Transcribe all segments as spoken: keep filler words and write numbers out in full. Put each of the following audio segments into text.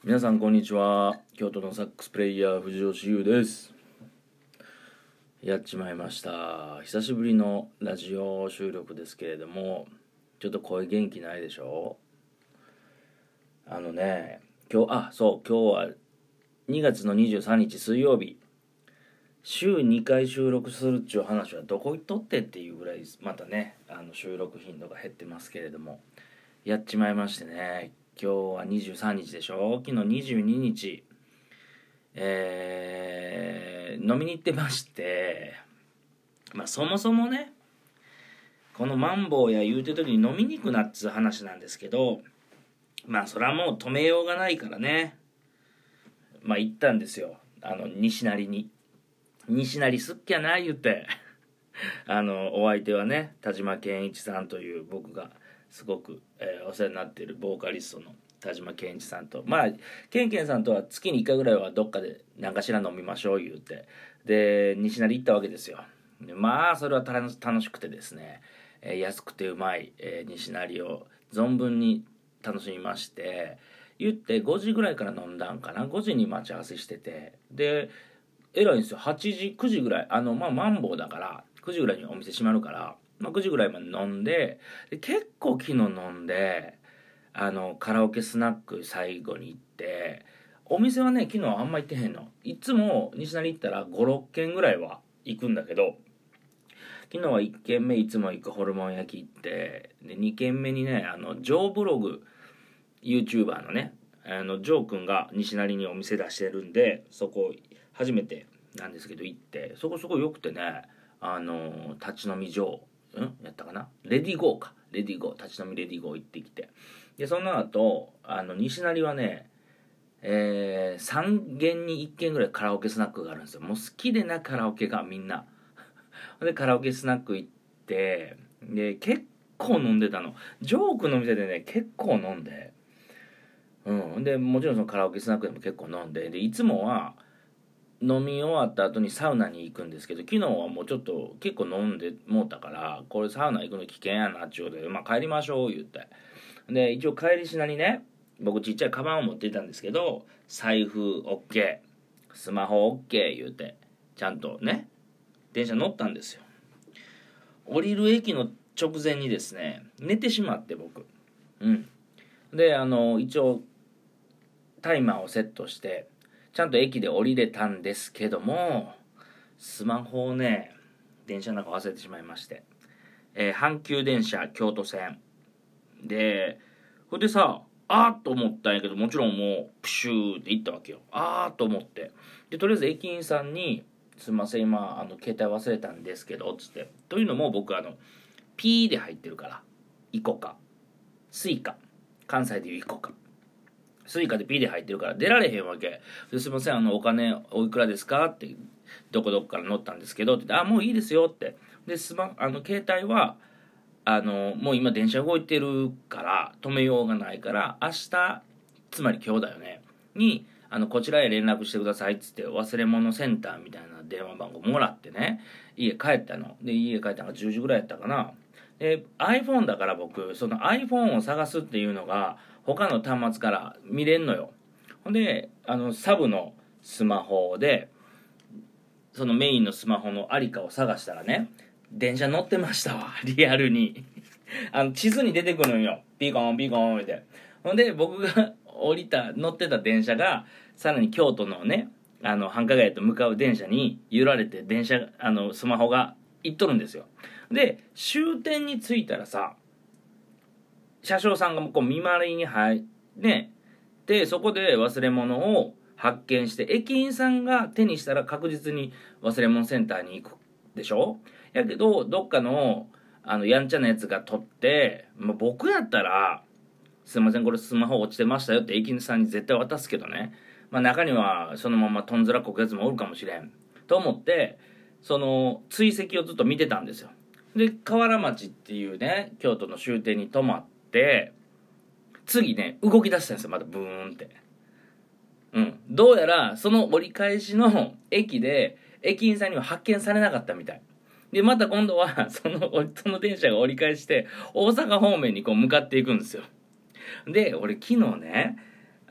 皆さんこんにちは。京都のサックスプレイヤー藤吉優です。やっちまいました。久しぶりのラジオ収録ですけれども、ちょっと声元気ないでしょ。あのね今日あそう今日はにがつのにじゅうさんにち水曜日、週にかい収録するっちゅう話はどこ行っとってっていうぐらいまたねあの収録頻度が減ってますけれども、やっちまいましてね。今日はにじゅうさんにちでしょ。昨日にじゅうににち、えー、飲みに行ってまして、まあそもそもねこのマンボウや言うてる時に飲みに行くなっつう話なんですけど、まあそれはもう止めようがないからね、まあ行ったんですよ。あの西成に西成すっきゃな言ってあのお相手はね田島健一さんという、僕がすごく、えー、お世話になっているボーカリストの田島健一さんと、まあケンケンさんとは月にいっかいぐらいはどっかで何かしら飲みましょう言うて、で西成行ったわけですよ。でまあそれは楽しくてですね、えー、安くてうまい、えー、西成を存分に楽しみまして、言ってごじぐらいから飲んだんかな。ごじに待ち合わせしてて、で偉いんですよ。はちじくじぐらい、あのまあマンボウだからくじぐらいにお店閉まるから、まあ、くじぐらいまで飲んで、で結構昨日飲んで、あのカラオケスナック最後に行って、お店はね昨日あんま行ってへんの。いつも西成行ったらごろっけんぐらいは行くんだけど、昨日はいっけんめいつも行くホルモン焼き行って、でにけんめにねあのジョーブログ YouTuber のねあのジョー君が西成にお店出してるんで、そこ初めてなんですけど行って、そこそこ良くてね、あの立ち飲み場んやったかな、レディゴーかレディゴー立ち飲みレディゴー行ってきて、でその後あの西成はね、えー、さんげんにいっけんぐらいカラオケスナックがあるんですよ。もう好きでなカラオケがみんなでカラオケスナック行って、で結構飲んでたの。ジョークの店でね結構飲んで、うんでもちろんそのカラオケスナックでも結構飲んで、でいつもは飲み終わった後にサウナに行くんですけど、昨日はもうちょっと結構飲んでもうたから、これサウナ行くの危険やなっちゅうことで、まあ帰りましょう言って、で一応帰りしなにね僕ちっちゃいカバンを持っていたんですけど、財布 OK スマホ OK 言うてちゃんとね電車乗ったんですよ。降りる駅の直前にですね寝てしまって、僕うんであの一応タイマーをセットしてちゃんと駅で降りれたんですけども、スマホをね電車の中忘れてしまいまして、えー阪急電車京都線で、それでさあーっと思ったんやけど、もちろんもうプシューって行ったわけよ。あーっと思って、でとりあえず駅員さんにすいません今あの携帯忘れたんですけどつって、というのも僕あの P で入ってるから、イコカスイカ、関西でいうイコカスイカで P で入ってるから出られへんわけで、すいませんあのお金おいくらですかって、どこどこから乗ったんですけどって言って、あもういいですよって、でスマあの携帯はあのもう今電車動いてるから止めようがないから、明日つまり今日だよねにあのこちらへ連絡してくださいっつって、忘れ物センターみたいな電話番号もらってね家帰ったので、家帰ったのがじゅうじぐらいやったかな。で iPhone だから僕その iPhone を探すっていうのが他の端末から見れんのよ。ほんであのサブのスマホでそのメインのスマホのありかを探したらね、電車乗ってましたわ、リアルにあの地図に出てくるんよ、ピコンピコンって。ほんで僕が降りた乗ってた電車がさらに京都のねあの繁華街へと向かう電車に揺られて、電車あのスマホが行っとるんですよ。で終点に着いたらさ、車掌さんがこう見回りに入ってね、でそこで忘れ物を発見して、駅員さんが手にしたら確実に忘れ物センターに行くでしょ。やけどどっかのあのやんちゃなやつが取って、まあ、僕やったらすいませんこれスマホ落ちてましたよって駅員さんに絶対渡すけどね、まあ、中にはそのままとんずらこくやつもおるかもしれんと思って、その追跡をずっと見てたんですよ。で河原町っていうね京都の終点に止まって、次ね動き出したんですよ、またブーンって。うんどうやらその折り返しの駅で駅員さんには発見されなかったみたいで、また今度はそのその電車が折り返して大阪方面にこう向かっていくんですよ。で俺昨日ね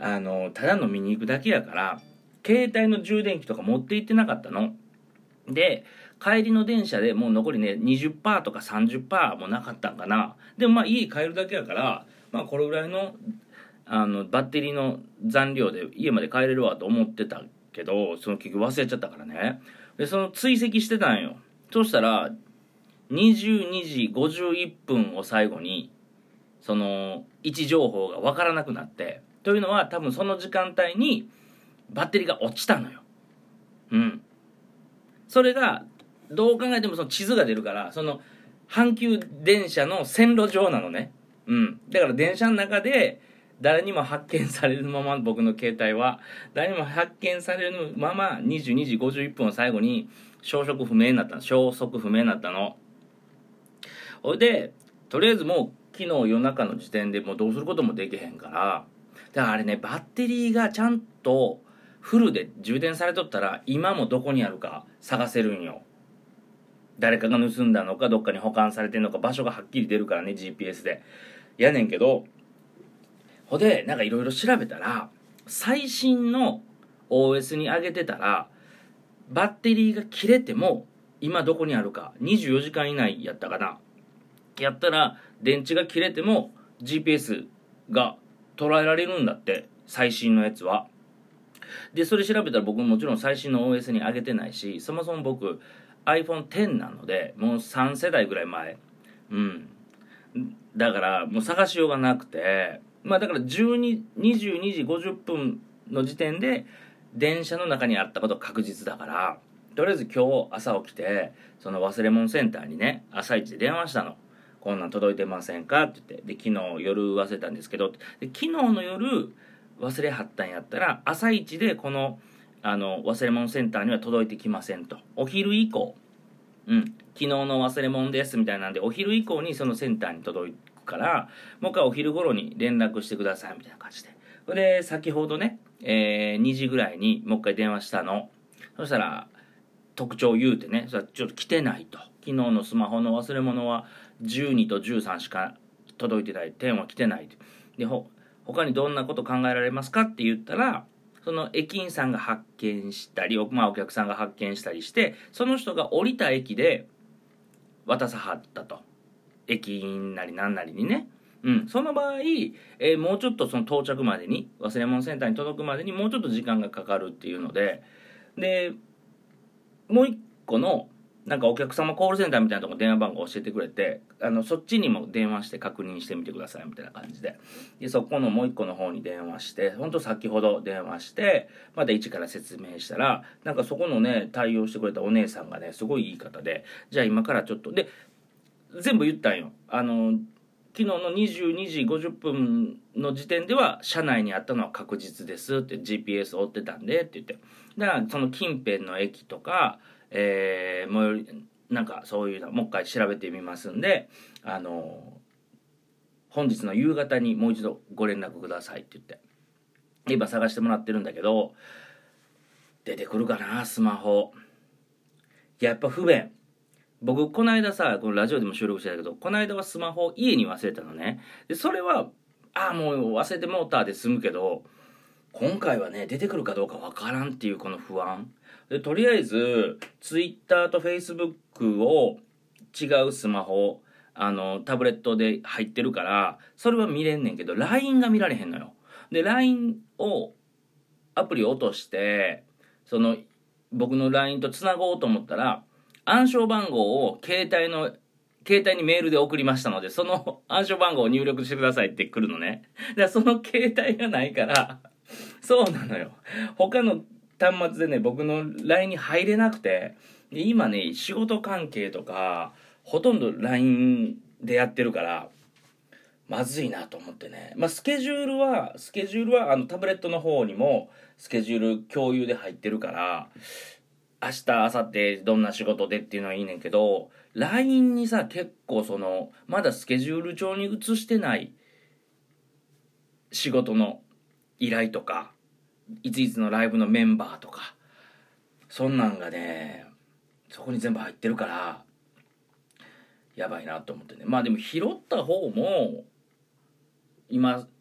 あのただ飲みに行くだけやから携帯の充電器とか持って行ってなかったので、帰りの電車でもう残りね にじゅっパーセント とか さんじゅっパーセント もなかったんかな。でもまあ家帰るだけやから、まあこれぐらいのあのバッテリーの残量で家まで帰れるわと思ってたけど、その結局忘れちゃったからね。でその追跡してたんよ。そしたらにじゅうにじごじゅういっぷんを最後にその位置情報が分からなくなって、というのは多分その時間帯にバッテリーが落ちたのよ。うんそれがどう考えてもその地図が出るから、その阪急電車の線路上なのね。うんだから電車の中で誰にも発見されるまま、僕の携帯は誰にも発見されるままにじゅうにじごじゅういっぷんを最後に消息不明になったの消息不明になったの。ほいでとりあえずもう昨日夜中の時点でもうどうすることもできへんから、だからあれね、バッテリーがちゃんとフルで充電されとったら今もどこにあるか探せるんよ。誰かが盗んだのかどっかに保管されてんのか場所がはっきり出るからね、 ジーピーエス でやねんけど、ほでなんかいろいろ調べたら最新の オーエス に上げてたらバッテリーが切れても今どこにあるかにじゅうよじかん以内やったかな、やったら電池が切れても ジーピーエス が捉えられるんだって、最新のやつは。でそれ調べたら僕もちろん最新の オーエス に上げてないし、そもそも僕 アイフォンテン なのでもうさん世代ぐらい前、うんだからもう探しようがなくて、まあだからじゅうに、にじゅうにじごじゅっぷんの時点で電車の中にあったことは確実だから、とりあえず今日朝起きてその忘れ物センターにね朝一で電話したの。こんなん届いてませんかって言って、で昨日夜忘れたんですけど、で昨日の夜忘れはったんやったら朝一でこのあの忘れ物センターには届いてきませんと、お昼以降、うん昨日の忘れ物ですみたいなんでお昼以降にそのセンターに届くからもう一回お昼頃に連絡してくださいみたいな感じで、それで先ほどね、えー、にじぐらいにもう一回電話したの。そしたら特徴言うてね、それちょっと来てないと、昨日のスマホの忘れ物はじゅうにとじゅうさんしか届いてない、点は来てないで、ほ他にどんなこと考えられますかって言ったら、その駅員さんが発見したり、まあ、お客さんが発見したりして、その人が降りた駅で渡さはったと、駅員なりなんなりにね。うん、その場合、えーもうちょっとその到着までに忘れ物センターに届くまでにもうちょっと時間がかかるっていうので、でもう一個のなんかお客様コールセンターみたいなとこ電話番号教えてくれて、あのそっちにも電話して確認してみてくださいみたいな感じで、でそこのもう一個の方に電話して、ほんと先ほど電話してまた一から説明したら、なんかそこのね対応してくれたお姉さんがねすごいいい方で、じゃあ今からちょっとで全部言ったんよ。あの昨日のにじゅうにじごじゅっぷんの時点では車内にあったのは確実ですって、 ジーピーエス 追ってたんでって言って、だからその近辺の駅とか、えー、最寄りなんかそういうのもう一回調べてみますんで、あの本日の夕方にもう一度ご連絡くださいって言って今探してもらってるんだけど、出てくるかなスマホ。やっぱ不便。僕この間さこのラジオでも収録してたけど、この間はスマホ家に忘れたのね。でそれはああもう忘れてもうたで済むけど、今回はね出てくるかどうかわからんっていうこの不安で、とりあえずツイッターとフェイスブックを違うスマホあのタブレットで入ってるからそれは見れんねんけど ライン が見られへんのよ。で ライン をアプリを落としてその僕の ライン とつなごうと思ったら暗証番号を携帯の携帯にメールで送りましたのでその暗証番号を入力してくださいって来るのね。だからその携帯がないからそうなのよ、他の端末でね僕の ライン に入れなくて、で今ね仕事関係とかほとんど ライン でやってるからまずいなと思ってね、まあ、スケジュールはスケジュールはあのタブレットの方にもスケジュール共有で入ってるから明日明後日どんな仕事でっていうのはいいねんけど、 ライン にさ結構そのまだスケジュール帳に移してない仕事の依頼とかいついつのライブのメンバーとかそんなんがねそこに全部入ってるからやばいなと思ってね。まあでも拾った方も今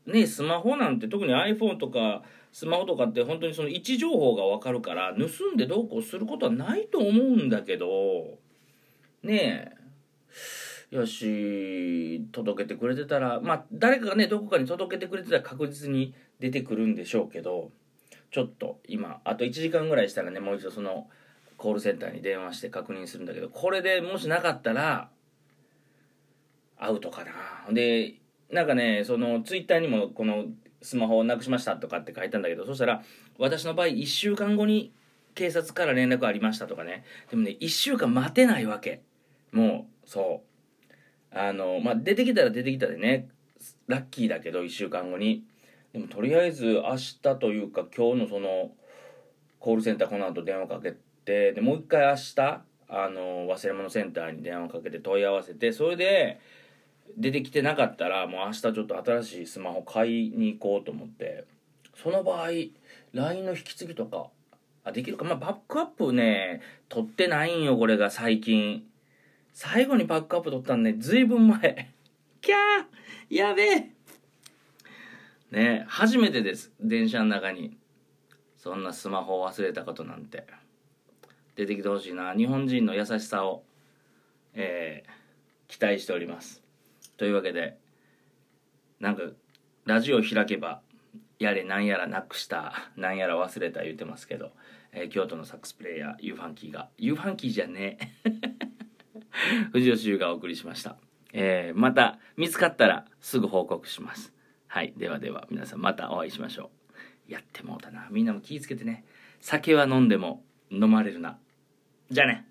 ねスマホなんて特に iPhone とかスマホとかって本当にその位置情報が分かるから盗んでどうこうすることはないと思うんだけどねえよし届けてくれてたらまあ誰かがねどこかに届けてくれてたら確実に出てくるんでしょうけどちょっと今あといちじかんぐらいしたらねもう一度そのコールセンターに電話して確認するんだけどこれでもしなかったらアウトかな。でなんかねそのツイッターにもこのスマホをなくしましたとかって書いたんだけどそしたら私の場合いっしゅうかんごに警察から連絡ありましたとかねでもねいっしゅうかん待てないわけもうそうあのまあ出てきたら出てきたでねラッキーだけどいっしゅうかんごにでもとりあえず明日というか今日のそのコールセンターこの後電話かけてでもう一回明日あの忘れ物センターに電話かけて問い合わせてそれで出てきてなかったらもう明日ちょっと新しいスマホ買いに行こうと思ってその場合 ライン の引き継ぎとかあできるかまあバックアップね取ってないんよこれが最近最後にバックアップ取ったんねずいぶん前キャーやべえね初めてです電車の中にそんなスマホを忘れたことなんて出てきてほしいな日本人の優しさを、えー、期待しておりますというわけでなんかラジオ開けばやれなんやらなくしたなんやら忘れた言うてますけど、えー、京都のサックスプレイヤーユーファンキーがユーファンキーじゃねえ藤吉優がお送りしました、えー、また見つかったらすぐ報告しますはいではでは皆さんまたお会いしましょうやってもうたなみんなも気ぃつけてね酒は飲んでも飲まれるなじゃあね